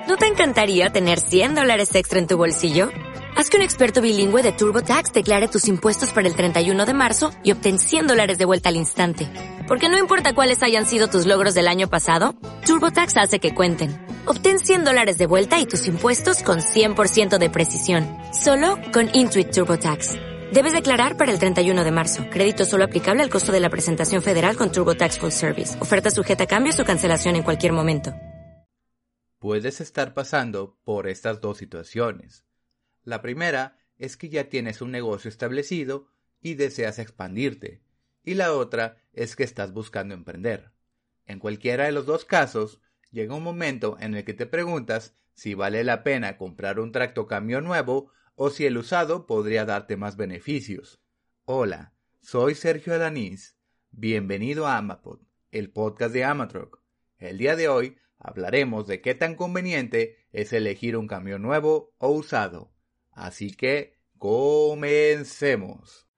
¿No te encantaría tener $100 extra en tu bolsillo? Haz que un experto bilingüe de TurboTax declare tus impuestos para el 31 de marzo y obtén $100 de vuelta al instante. Porque no importa cuáles hayan sido tus logros del año pasado, TurboTax hace que cuenten. Obtén $100 de vuelta y tus impuestos con 100% de precisión. Solo con Intuit TurboTax. Debes declarar para el 31 de marzo. Crédito solo aplicable al costo de la presentación federal con TurboTax Full Service. Oferta sujeta a cambios o cancelación en cualquier momento. Puedes estar pasando por estas dos situaciones. La primera es que ya tienes un negocio establecido y deseas expandirte. Y la otra es que estás buscando emprender. En cualquiera de los dos casos, llega un momento en el que te preguntas si vale la pena comprar un tractocamión nuevo o si el usado podría darte más beneficios. Hola, soy Sergio Alanís. Bienvenido a Amapod, el podcast de Amatroc. El día de hoy hablaremos de qué tan conveniente es elegir un camión nuevo o usado. Así que, comencemos.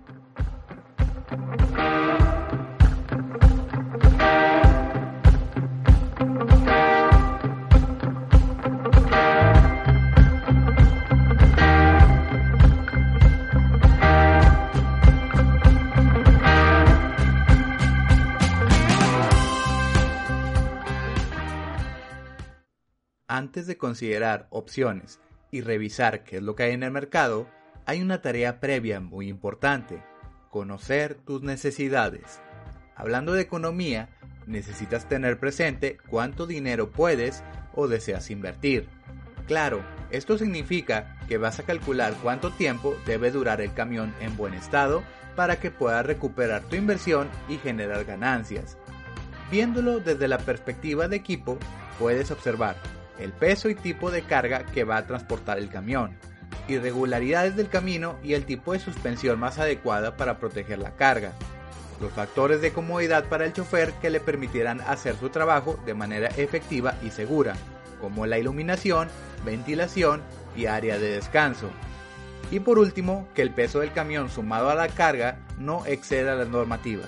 Antes de considerar opciones y revisar qué es lo que hay en el mercado, hay una tarea previa muy importante: conocer tus necesidades. Hablando de economía, necesitas tener presente cuánto dinero puedes o deseas invertir. Claro, esto significa que vas a calcular cuánto tiempo debe durar el camión en buen estado para que puedas recuperar tu inversión y generar ganancias. Viéndolo desde la perspectiva de equipo, puedes observar el peso y tipo de carga que va a transportar el camión, irregularidades del camino y el tipo de suspensión más adecuada para proteger la carga, los factores de comodidad para el chofer que le permitirán hacer su trabajo de manera efectiva y segura, como la iluminación, ventilación y área de descanso. Y por último, que el peso del camión sumado a la carga no exceda las normativas.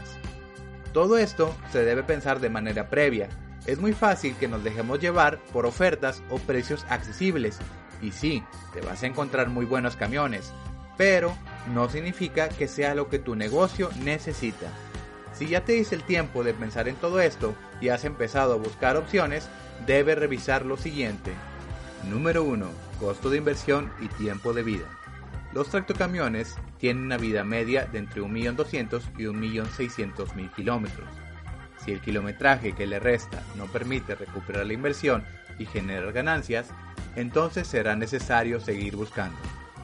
Todo esto se debe pensar de manera previa. Es muy fácil que nos dejemos llevar por ofertas o precios accesibles, y sí, te vas a encontrar muy buenos camiones, pero no significa que sea lo que tu negocio necesita. Si ya te diste el tiempo de pensar en todo esto y has empezado a buscar opciones, debes revisar lo siguiente. Número 1. Costo de inversión y tiempo de vida. Los tractocamiones tienen una vida media de entre 1.200.000 y 1.600.000 kilómetros. Si el kilometraje que le resta no permite recuperar la inversión y generar ganancias, entonces será necesario seguir buscando.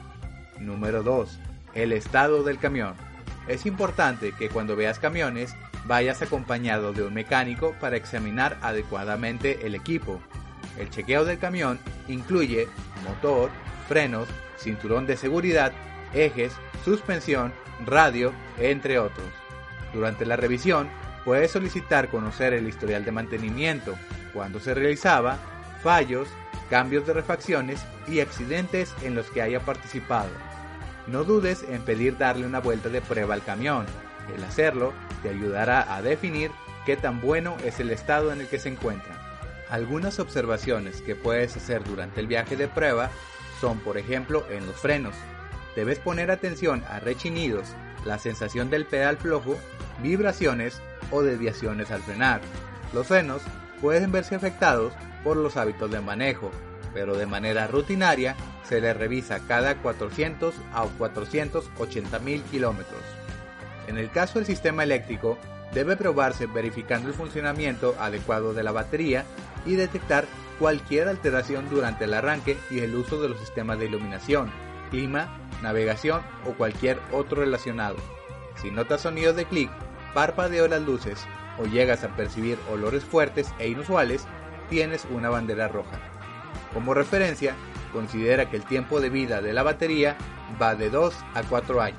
Número 2. El estado del camión. Es importante que cuando veas camiones vayas acompañado de un mecánico para examinar adecuadamente el equipo. El chequeo del camión incluye motor, frenos, cinturón de seguridad, ejes, suspensión, radio, entre otros. Durante la revisión, puedes solicitar conocer el historial de mantenimiento, cuándo se realizaba, fallos, cambios de refacciones y accidentes en los que haya participado. No dudes en pedir darle una vuelta de prueba al camión. El hacerlo te ayudará a definir qué tan bueno es el estado en el que se encuentra. Algunas observaciones que puedes hacer durante el viaje de prueba son, por ejemplo, en los frenos. Debes poner atención a rechinidos, la sensación del pedal flojo, vibraciones o desviaciones al frenar. Los frenos pueden verse afectados por los hábitos de manejo, pero de manera rutinaria se les revisa cada 400 a 480.000 kilómetros. En el caso del sistema eléctrico, debe probarse verificando el funcionamiento adecuado de la batería y detectar cualquier alteración durante el arranque y el uso de los sistemas de iluminación, clima, navegación o cualquier otro relacionado. Si notas sonidos de clic, parpadeo las luces o llegas a percibir olores fuertes e inusuales, tienes una bandera roja. Como referencia, considera que el tiempo de vida de la batería va de 2 a 4 años.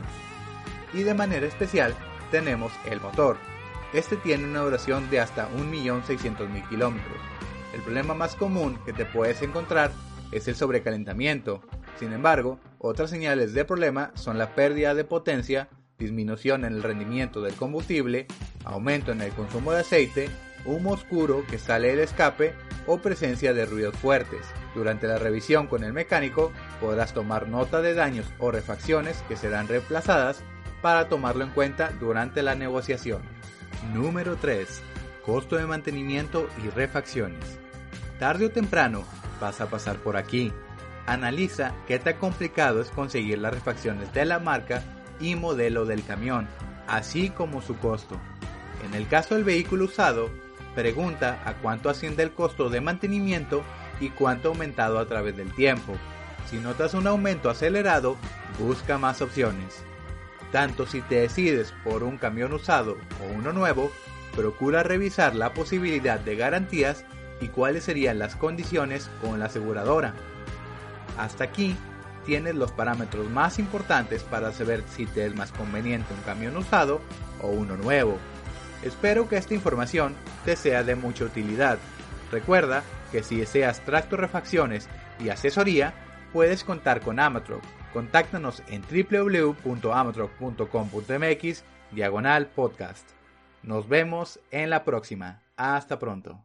Y de manera especial tenemos el motor. Este tiene una duración de hasta 1.600.000 kilómetros. El problema más común que te puedes encontrar es el sobrecalentamiento. Sin embargo, otras señales de problema son la pérdida de potencia, disminución en el rendimiento del combustible, aumento en el consumo de aceite, humo oscuro que sale del escape o presencia de ruidos fuertes. Durante la revisión con el mecánico podrás tomar nota de daños o refacciones que serán reemplazadas para tomarlo en cuenta durante la negociación. Número 3. Costo de mantenimiento y refacciones. Tarde o temprano vas a pasar por aquí. Analiza qué tan complicado es conseguir las refacciones de la marca y modelo del camión, así como su costo. En el caso del vehículo usado, pregunta a cuánto asciende el costo de mantenimiento y cuánto ha aumentado a través del tiempo. Si notas un aumento acelerado, busca más opciones. Tanto si te decides por un camión usado o uno nuevo, procura revisar la posibilidad de garantías y cuáles serían las condiciones con la aseguradora. Hasta aquí tienes los parámetros más importantes para saber si te es más conveniente un camión usado o uno nuevo. Espero que esta información te sea de mucha utilidad. Recuerda que si deseas tracto refacciones y asesoría, puedes contar con Amatroc. Contáctanos en www.amatroc.com.mx/podcast. Nos vemos en la próxima. Hasta pronto.